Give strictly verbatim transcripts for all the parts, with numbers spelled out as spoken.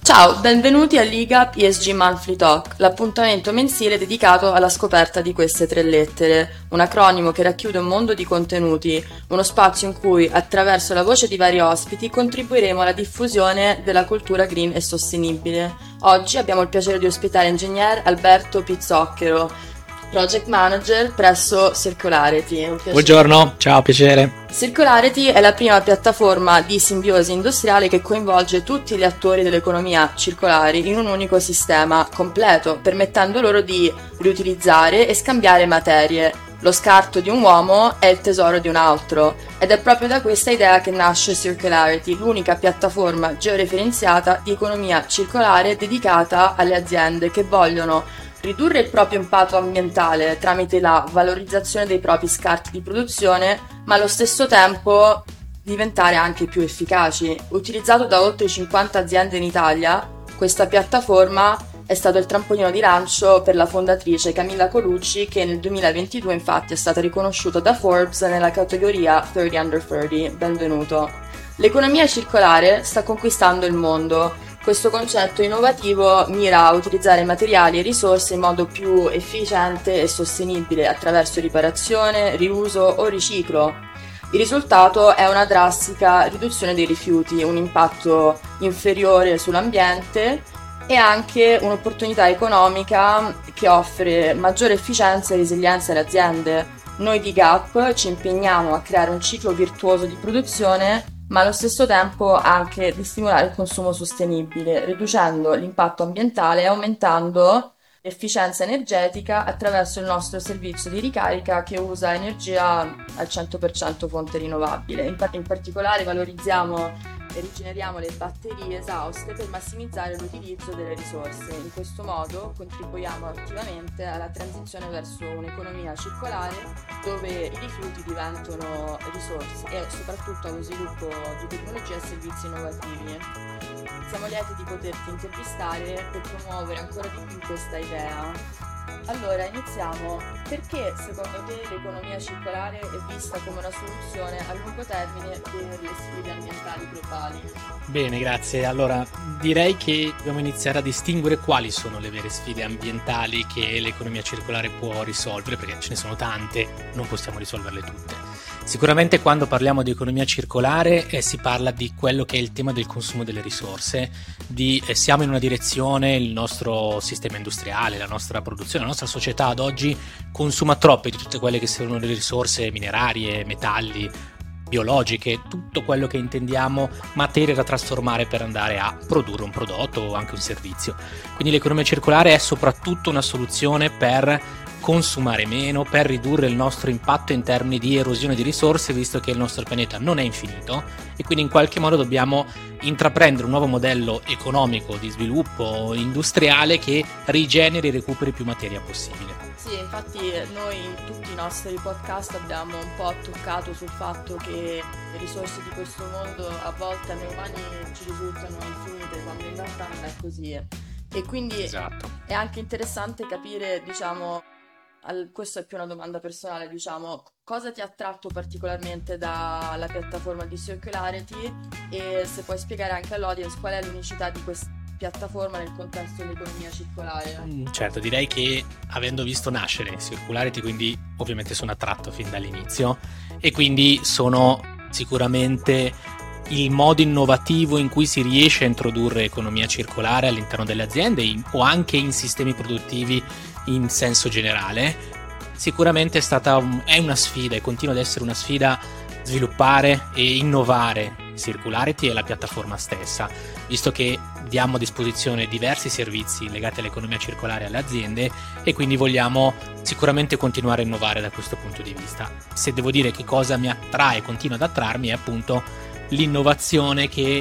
Ciao, benvenuti a Ligap E S G Monthly Talk, l'appuntamento mensile dedicato alla scoperta di queste tre lettere, un acronimo che racchiude un mondo di contenuti, uno spazio in cui, attraverso la voce di vari ospiti, contribuiremo alla diffusione della cultura green e sostenibile. Oggi abbiamo il piacere di ospitare l'ingegner Alberto Pizzocchero, Project Manager presso Circularity. Buongiorno, ciao, piacere. Circularity è la prima piattaforma di simbiosi industriale che coinvolge tutti gli attori dell'economia circolari in un unico sistema completo, permettendo loro di riutilizzare e scambiare materie. Lo scarto di un uomo è il tesoro di un altro, ed è proprio da questa idea che nasce Circularity, l'unica piattaforma georeferenziata di economia circolare dedicata alle aziende che vogliono ridurre il proprio impatto ambientale tramite la valorizzazione dei propri scarti di produzione, ma allo stesso tempo diventare anche più efficaci. Utilizzato da oltre cinquanta aziende in Italia, questa piattaforma è stato il trampolino di lancio per la fondatrice Camilla Colucci, che nel duemilaventidue infatti è stata riconosciuta da Forbes nella categoria trenta under trenta. Benvenuto. L'economia circolare sta conquistando il mondo. Questo concetto innovativo mira a utilizzare materiali e risorse in modo più efficiente e sostenibile attraverso riparazione, riuso o riciclo. Il risultato è una drastica riduzione dei rifiuti, un impatto inferiore sull'ambiente e anche un'opportunità economica che offre maggiore efficienza e resilienza alle aziende. Noi di Gap ci impegniamo a creare un ciclo virtuoso di produzione, ma allo stesso tempo anche di stimolare il consumo sostenibile, riducendo l'impatto ambientale e aumentando l'efficienza energetica attraverso il nostro servizio di ricarica che usa energia al cento per cento fonte rinnovabile. In, par- in particolare valorizziamo e rigeneriamo le batterie esauste per massimizzare l'utilizzo delle risorse. In questo modo contribuiamo attivamente alla transizione verso un'economia circolare dove i rifiuti diventano risorse e soprattutto allo sviluppo di tecnologie e servizi innovativi. Siamo lieti di poterti intervistare per promuovere ancora di più questa idea. Allora, iniziamo. Perché secondo te l'economia circolare è vista come una soluzione a lungo termine per le sfide ambientali globali? Bene, grazie. Allora, direi che dobbiamo iniziare a distinguere quali sono le vere sfide ambientali che l'economia circolare può risolvere, perché ce ne sono tante, non possiamo risolverle tutte. Sicuramente quando parliamo di economia circolare eh, si parla di quello che è il tema del consumo delle risorse, di eh, siamo in una direzione, il nostro sistema industriale, la nostra produzione, la nostra società ad oggi consuma troppe di tutte quelle che sono le risorse minerarie, metalli, biologiche, tutto quello che intendiamo materie da trasformare per andare a produrre un prodotto o anche un servizio. Quindi l'economia circolare è soprattutto una soluzione per consumare meno, per ridurre il nostro impatto in termini di erosione di risorse, visto che il nostro pianeta non è infinito e quindi in qualche modo dobbiamo intraprendere un nuovo modello economico di sviluppo industriale che rigeneri e recuperi più materia possibile. Sì, infatti noi in tutti i nostri podcast abbiamo un po' toccato sul fatto che le risorse di questo mondo a volte a noi umani ci risultano infinite, quando in realtà non è così. E quindi esatto. È anche interessante capire, diciamo, al, questo è più una domanda personale, diciamo, cosa ti ha attratto particolarmente dalla piattaforma di Circularity e se puoi spiegare anche all'audience qual è l'unicità di questa piattaforma nel contesto dell'economia circolare. Mm, certo, direi che avendo visto nascere Circularity, quindi ovviamente sono attratto fin dall'inizio e quindi sono sicuramente il modo innovativo in cui si riesce a introdurre economia circolare all'interno delle aziende in, o anche in sistemi produttivi in senso generale. Sicuramente è stata un, è una sfida e continua ad essere una sfida sviluppare e innovare Circularity e la piattaforma stessa, visto che diamo a disposizione diversi servizi legati all'economia circolare alle aziende e quindi vogliamo sicuramente continuare a innovare da questo punto di vista. Se devo dire che cosa mi attrae e continua ad attrarmi è appunto l'innovazione che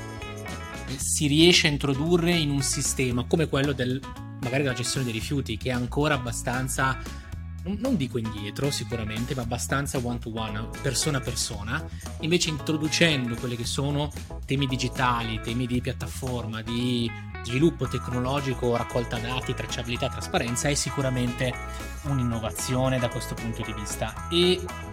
si riesce a introdurre in un sistema come quello del magari della gestione dei rifiuti, che è ancora abbastanza, non dico indietro sicuramente, ma abbastanza one to one, persona a persona. Invece introducendo quelli che sono temi digitali, temi di piattaforma, di sviluppo tecnologico, raccolta dati, tracciabilità, trasparenza, è sicuramente un'innovazione da questo punto di vista. E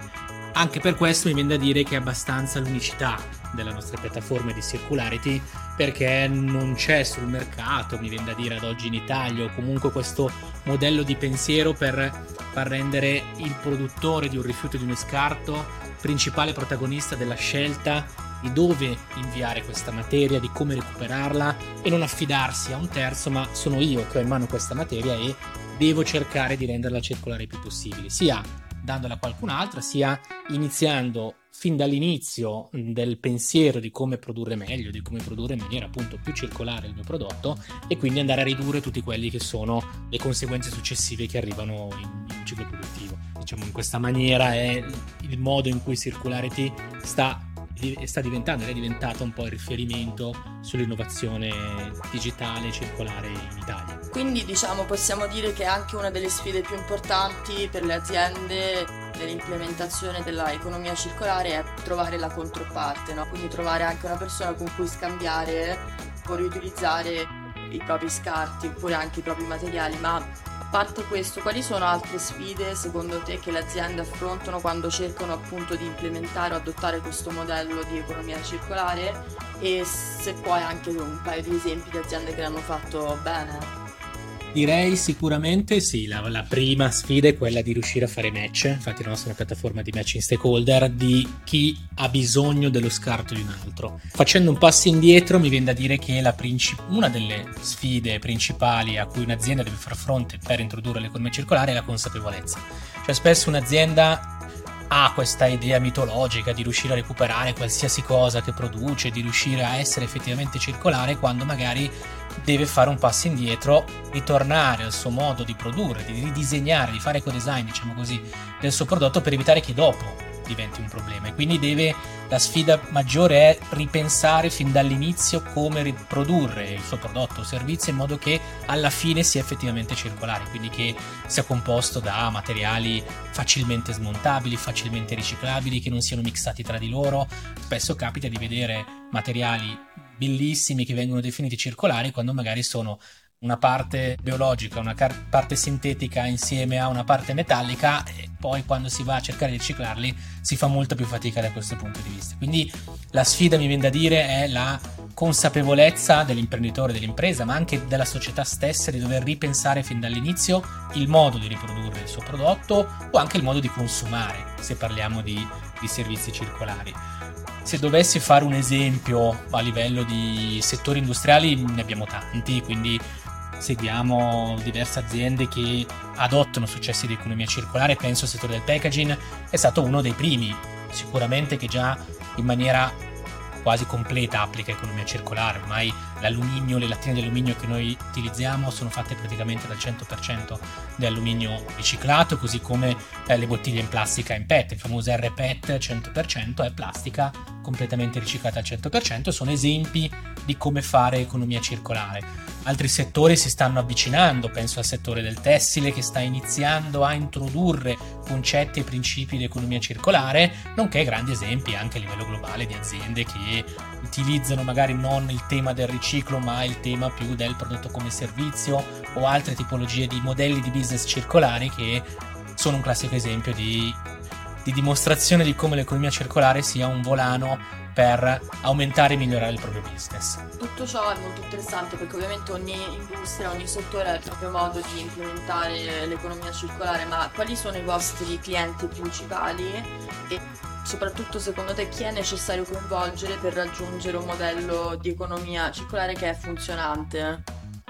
Anche per questo mi viene da dire che è abbastanza l'unicità della nostra piattaforma di Circularity, perché non c'è sul mercato, mi viene da dire ad oggi in Italia, o comunque questo modello di pensiero per far rendere il produttore di un rifiuto, di uno scarto, principale protagonista della scelta di dove inviare questa materia, di come recuperarla, e non affidarsi a un terzo, ma sono io che ho in mano questa materia e devo cercare di renderla circolare il più possibile, sia dandola a qualcun altro, sia iniziando fin dall'inizio del pensiero di come produrre meglio, di come produrre in maniera appunto più circolare il mio prodotto, e quindi andare a ridurre tutti quelli che sono le conseguenze successive che arrivano in, in un ciclo produttivo. Diciamo, in questa maniera è il modo in cui Circularity sta sta diventando ed è diventato un po' il riferimento sull'innovazione digitale e circolare in Italia. Quindi diciamo possiamo dire che anche una delle sfide più importanti per le aziende nell'implementazione dell'economia circolare è trovare la controparte, no? Quindi trovare anche una persona con cui scambiare o riutilizzare i propri scarti oppure anche i propri materiali. Ma a parte questo, quali sono altre sfide secondo te che le aziende affrontano quando cercano appunto di implementare o adottare questo modello di economia circolare, e se puoi anche un paio di esempi di aziende che l'hanno fatto bene? Direi sicuramente sì, la, la prima sfida è quella di riuscire a fare match, infatti la nostra è una piattaforma di matching stakeholder, di chi ha bisogno dello scarto di un altro. Facendo un passo indietro mi viene da dire che la princip- una delle sfide principali a cui un'azienda deve far fronte per introdurre l'economia circolare è la consapevolezza. Cioè spesso un'azienda ha questa idea mitologica di riuscire a recuperare qualsiasi cosa che produce, di riuscire a essere effettivamente circolare, quando magari deve fare un passo indietro, ritornare al suo modo di produrre, di ridisegnare, di fare eco-design, diciamo così, del suo prodotto, per evitare che dopo diventi un problema. E quindi deve, la sfida maggiore è ripensare fin dall'inizio come riprodurre il suo prodotto o servizio in modo che alla fine sia effettivamente circolare, quindi che sia composto da materiali facilmente smontabili, facilmente riciclabili, che non siano mixati tra di loro. Spesso capita di vedere materiali bellissimi che vengono definiti circolari quando magari sono una parte biologica, una car- parte sintetica insieme a una parte metallica, e poi quando si va a cercare di riciclarli si fa molta più fatica da questo punto di vista. Quindi la sfida, mi viene da dire, è la consapevolezza dell'imprenditore, dell'impresa, ma anche della società stessa, di dover ripensare fin dall'inizio il modo di riprodurre il suo prodotto, o anche il modo di consumare, se parliamo di, di servizi circolari. Se dovessi fare un esempio a livello di settori industriali, ne abbiamo tanti, quindi seguiamo diverse aziende che adottano successi di economia circolare. Penso al settore del packaging, è stato uno dei primi sicuramente che già in maniera quasi completa applica economia circolare. Ormai l'alluminio, le lattine di alluminio che noi utilizziamo sono fatte praticamente dal cento per cento di alluminio riciclato, così come eh, le bottiglie in plastica in P E T, il famoso R P E T cento per cento è plastica completamente riciclata al cento per cento. Sono esempi di come fare economia circolare. Altri settori si stanno avvicinando, penso al settore del tessile, che sta iniziando a introdurre concetti e principi di economia circolare, nonché grandi esempi anche a livello globale di aziende che utilizzano magari non il tema del riciclo, ma il tema più del prodotto come servizio, o altre tipologie di modelli di business circolari che sono un classico esempio di, di dimostrazione di come l'economia circolare sia un volano per aumentare e migliorare il proprio business. Tutto ciò è molto interessante, perché ovviamente ogni industria, ogni settore ha il proprio modo di implementare l'economia circolare, ma quali sono i vostri clienti principali e soprattutto secondo te chi è necessario coinvolgere per raggiungere un modello di economia circolare che è funzionante?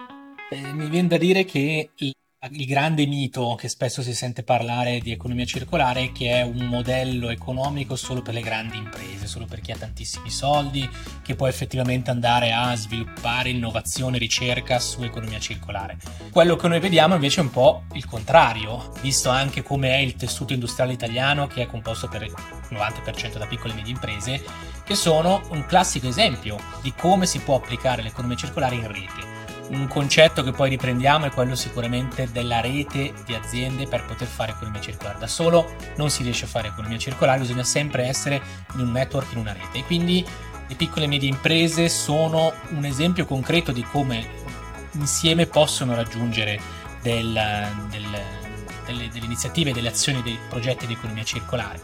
Eh, mi viene da dire che il Il grande mito che spesso si sente parlare di economia circolare è che è un modello economico solo per le grandi imprese, solo per chi ha tantissimi soldi, che può effettivamente andare a sviluppare innovazione e ricerca su economia circolare. Quello che noi vediamo invece è un po' il contrario, visto anche come è il tessuto industriale italiano, che è composto per il novanta per cento da piccole e medie imprese, che sono un classico esempio di come si può applicare l'economia circolare in rete. Un concetto che poi riprendiamo è quello sicuramente della rete di aziende per poter fare economia circolare. Da solo non si riesce a fare economia circolare, bisogna sempre essere in un network, in una rete, e quindi le piccole e medie imprese sono un esempio concreto di come insieme possono raggiungere del, del, delle, delle iniziative, delle azioni, dei progetti di economia circolare.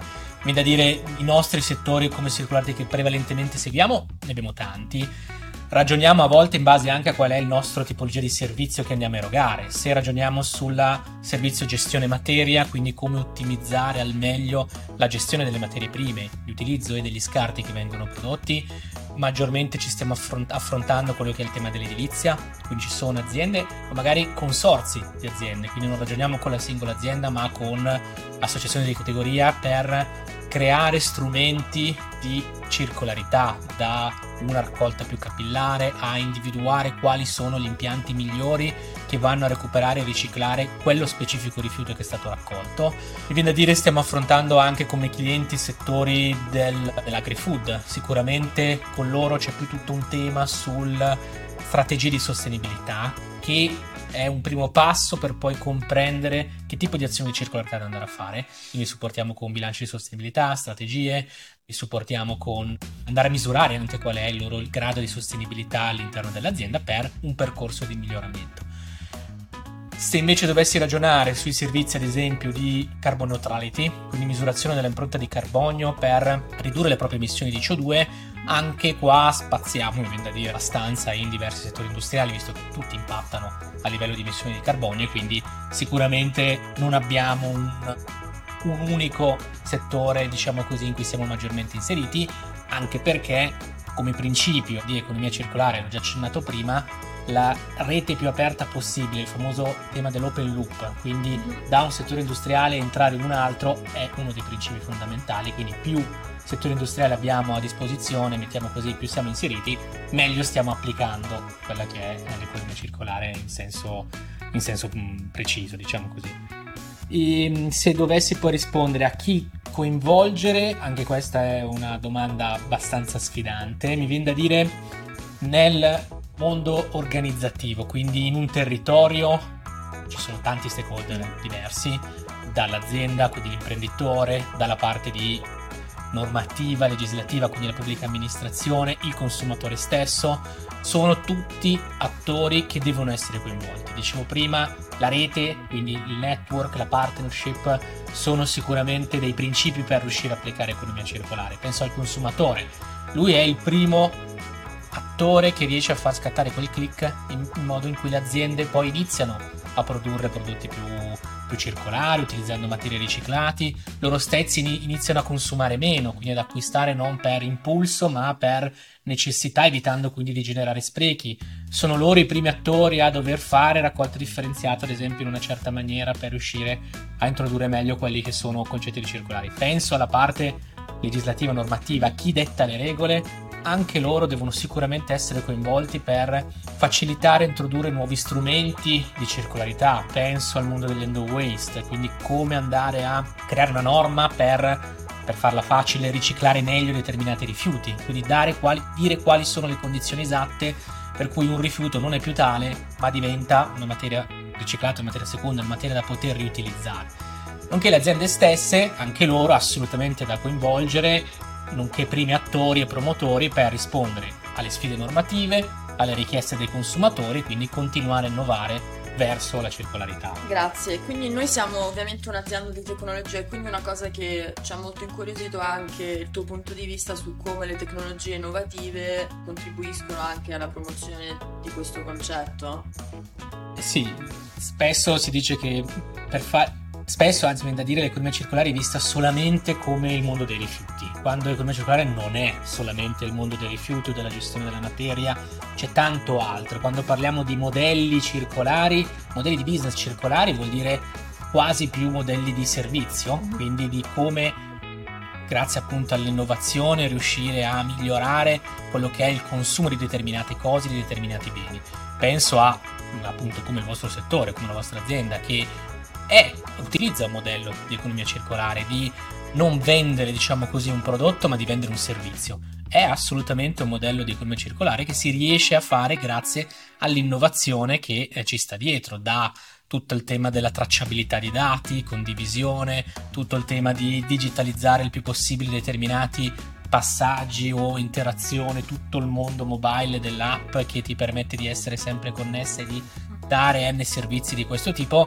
Mi da dire, i nostri settori come Circularity che prevalentemente seguiamo, ne abbiamo tanti. Ragioniamo a volte in base anche a qual è il nostro tipologia di servizio che andiamo a erogare. Se ragioniamo sul servizio gestione materia, quindi come ottimizzare al meglio la gestione delle materie prime, l'utilizzo e degli scarti che vengono prodotti, maggiormente ci stiamo affront- affrontando quello che è il tema dell'edilizia, quindi ci sono aziende o magari consorzi di aziende, quindi non ragioniamo con la singola azienda ma con associazioni di categoria per creare strumenti di circolarità, da una raccolta più capillare a individuare quali sono gli impianti migliori che vanno a recuperare e riciclare quello specifico rifiuto che è stato raccolto. Mi viene da dire, stiamo affrontando anche come clienti settori del, dell'agri-food. Sicuramente con loro c'è più tutto un tema sul strategie di sostenibilità, che è un primo passo per poi comprendere che tipo di azioni di circolarità da andare a fare. Quindi supportiamo con bilanci di sostenibilità, strategie, li supportiamo con andare a misurare anche qual è il loro grado di sostenibilità all'interno dell'azienda per un percorso di miglioramento. Se invece dovessi ragionare sui servizi ad esempio di carbon neutrality, quindi misurazione dell'impronta di carbonio per ridurre le proprie emissioni di C O due, anche qua spaziamo, mi viene da dire, abbastanza in diversi settori industriali, visto che tutti impattano a livello di emissioni di carbonio, e quindi sicuramente non abbiamo un, un unico settore, diciamo così, in cui siamo maggiormente inseriti, anche perché come principio di economia circolare, l'ho già accennato prima, la rete più aperta possibile, il famoso tema dell'open loop, quindi da un settore industriale entrare in un altro è uno dei principi fondamentali, quindi più settore industriale abbiamo a disposizione, mettiamo così, più siamo inseriti, meglio stiamo applicando quella che è l'economia circolare in senso, in senso mh, preciso, diciamo così. E se dovessi poi rispondere a chi coinvolgere, anche questa è una domanda abbastanza sfidante, mi viene da dire nel mondo organizzativo, quindi in un territorio ci sono tanti stakeholder diversi, dall'azienda, quindi l'imprenditore, dalla parte di normativa, legislativa, quindi la pubblica amministrazione, il consumatore stesso, sono tutti attori che devono essere coinvolti. Dicevo prima, la rete, quindi il network, la partnership, sono sicuramente dei principi per riuscire a applicare economia circolare. Penso al consumatore, lui è il primo attore che riesce a far scattare quel click in, in modo in cui le aziende poi iniziano a produrre prodotti più, più circolari, utilizzando materie riciclati, loro stessi iniziano a consumare meno, quindi ad acquistare non per impulso ma per necessità, evitando quindi di generare sprechi. Sono loro i primi attori a dover fare raccolta differenziata, ad esempio, in una certa maniera per riuscire a introdurre meglio quelli che sono concetti circolari. Penso alla parte legislativa, normativa, chi detta le regole. Anche loro devono sicuramente essere coinvolti per facilitare e introdurre nuovi strumenti di circolarità. Penso al mondo dell'end of waste, quindi come andare a creare una norma per, per farla facile, riciclare meglio determinati rifiuti, quindi dare quali, dire quali sono le condizioni esatte per cui un rifiuto non è più tale ma diventa una materia riciclata, una materia seconda, una materia da poter riutilizzare. Nonché le aziende stesse, anche loro assolutamente da coinvolgere, nonché primi attori e promotori per rispondere alle sfide normative, alle richieste dei consumatori, quindi continuare a innovare verso la circolarità. Grazie, quindi noi siamo ovviamente un'azienda di tecnologia e quindi una cosa che ci ha molto incuriosito è anche il tuo punto di vista su come le tecnologie innovative contribuiscono anche alla promozione di questo concetto. Sì, spesso si dice che per fare Spesso, anzi, viene da dire, l'economia circolare è vista solamente come il mondo dei rifiuti, quando l'economia circolare non è solamente il mondo dei rifiuti o della gestione della materia, c'è tanto altro. Quando parliamo di modelli circolari, modelli di business circolari, vuol dire quasi più modelli di servizio, quindi di come, grazie appunto all'innovazione, riuscire a migliorare quello che è il consumo di determinate cose, di determinati beni. Penso a, appunto, come il vostro settore, come la vostra azienda, che è, utilizza un modello di economia circolare, di non vendere, diciamo così, un prodotto ma di vendere un servizio. È assolutamente un modello di economia circolare che si riesce a fare grazie all'innovazione che eh, ci sta dietro, da tutto il tema della tracciabilità di dati, condivisione, tutto il tema di digitalizzare il più possibile determinati passaggi o interazione, tutto il mondo mobile dell'app che ti permette di essere sempre connessa e di dare n servizi di questo tipo,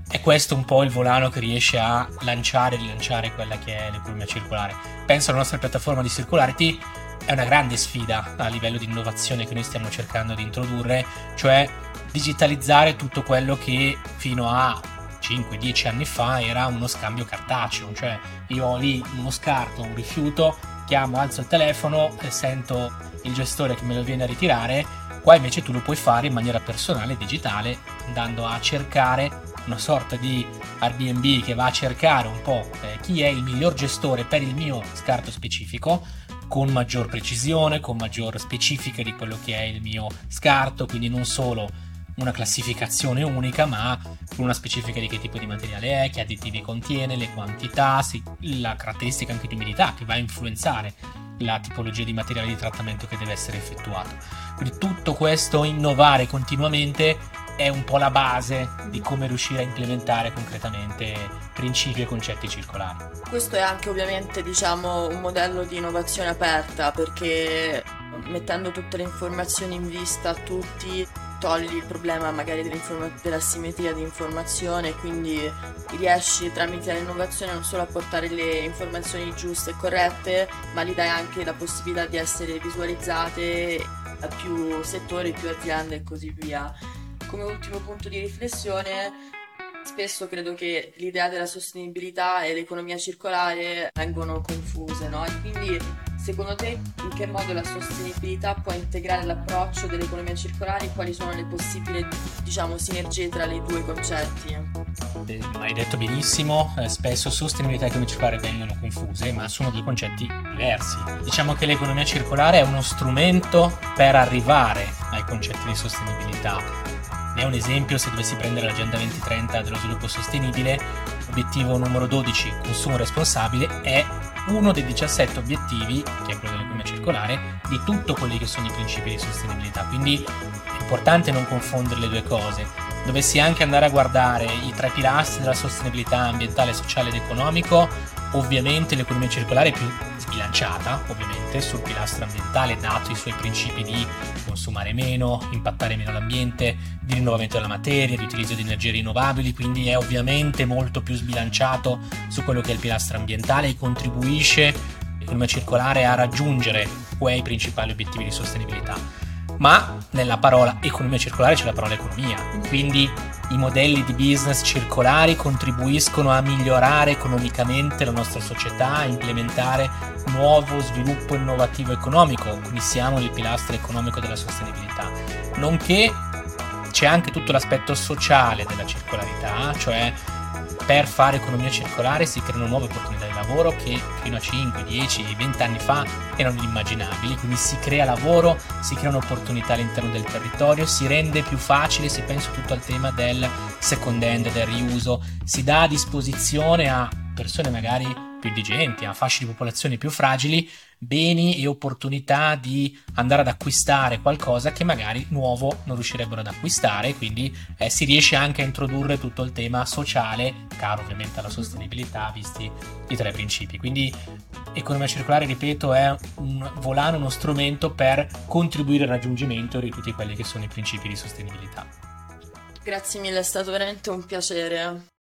è questo un po' il volano che riesce a lanciare e rilanciare quella che è l'economia circolare. Penso alla nostra piattaforma di Circularity, è una grande sfida a livello di innovazione che noi stiamo cercando di introdurre, cioè digitalizzare tutto quello che fino a cinque dieci anni fa era uno scambio cartaceo, cioè io ho lì uno scarto, un rifiuto, chiamo, alzo il telefono e sento il gestore che me lo viene a ritirare. Qua invece tu lo puoi fare in maniera personale, digitale, andando a cercare una sorta di Airbnb che va a cercare un po' eh, chi è il miglior gestore per il mio scarto specifico, con maggior precisione, con maggior specifica di quello che è il mio scarto, quindi non solo una classificazione unica, ma con una specifica di che tipo di materiale è, che additivi contiene, le quantità, la caratteristica anche di umidità che va a influenzare la tipologia di materiale di trattamento che deve essere effettuato. Quindi tutto questo, innovare continuamente, è un po' la base di come riuscire a implementare concretamente principi e concetti circolari. Questo è anche ovviamente, diciamo, un modello di innovazione aperta, perché mettendo tutte le informazioni in vista a tutti togli il problema magari della simmetria di informazione, quindi riesci tramite l'innovazione non solo a portare le informazioni giuste e corrette, ma gli dai anche la possibilità di essere visualizzate a più settori, più aziende e così via. Come ultimo punto di riflessione, spesso credo che l'idea della sostenibilità e l'economia circolare vengono confuse, no? E quindi secondo te in che modo la sostenibilità può integrare l'approccio dell'economia circolare e quali sono le possibili, diciamo, sinergie tra i due concetti? Beh, hai detto benissimo, eh, spesso sostenibilità e economia circolare vengono confuse, ma sono due concetti diversi. Diciamo che l'economia circolare è uno strumento per arrivare ai concetti di sostenibilità. Ne è un esempio, se dovessi prendere l'agenda venti trenta dello sviluppo sostenibile, l'obiettivo numero dodici, consumo responsabile, è uno dei diciassette obiettivi, che è quello dell'economia circolare, di tutto quelli che sono i principi di sostenibilità. Quindi è importante non confondere le due cose. Dovessi anche andare a guardare i tre pilastri della sostenibilità ambientale, sociale ed economico, ovviamente l'economia circolare è più sbilanciata, ovviamente, sul pilastro ambientale, dato i suoi principi di consumare meno, impattare meno l'ambiente, di rinnovamento della materia, di utilizzo di energie rinnovabili, quindi è ovviamente molto più sbilanciato su quello che è il pilastro ambientale e contribuisce l'economia circolare a raggiungere quei principali obiettivi di sostenibilità. Ma nella parola economia circolare c'è la parola economia, quindi i modelli di business circolari contribuiscono a migliorare economicamente la nostra società, a implementare nuovo sviluppo innovativo economico, quindi siamo nel pilastro economico della sostenibilità. Nonché c'è anche tutto l'aspetto sociale della circolarità, cioè per fare economia circolare si creano nuove opportunità di lavoro che fino a cinque, dieci, venti anni fa erano inimmaginabili, quindi si crea lavoro, si creano opportunità all'interno del territorio, si rende più facile, si pensa tutto al tema del second hand, del riuso, si dà a disposizione a persone magari più indigenti, a fasce di popolazione più fragili, beni e opportunità di andare ad acquistare qualcosa che magari nuovo non riuscirebbero ad acquistare, quindi eh, si riesce anche a introdurre tutto il tema sociale, caro ovviamente alla sostenibilità, visti i tre principi. Quindi economia circolare, ripeto, è un volano, uno strumento per contribuire al raggiungimento di tutti quelli che sono i principi di sostenibilità. Grazie mille, è stato veramente un piacere.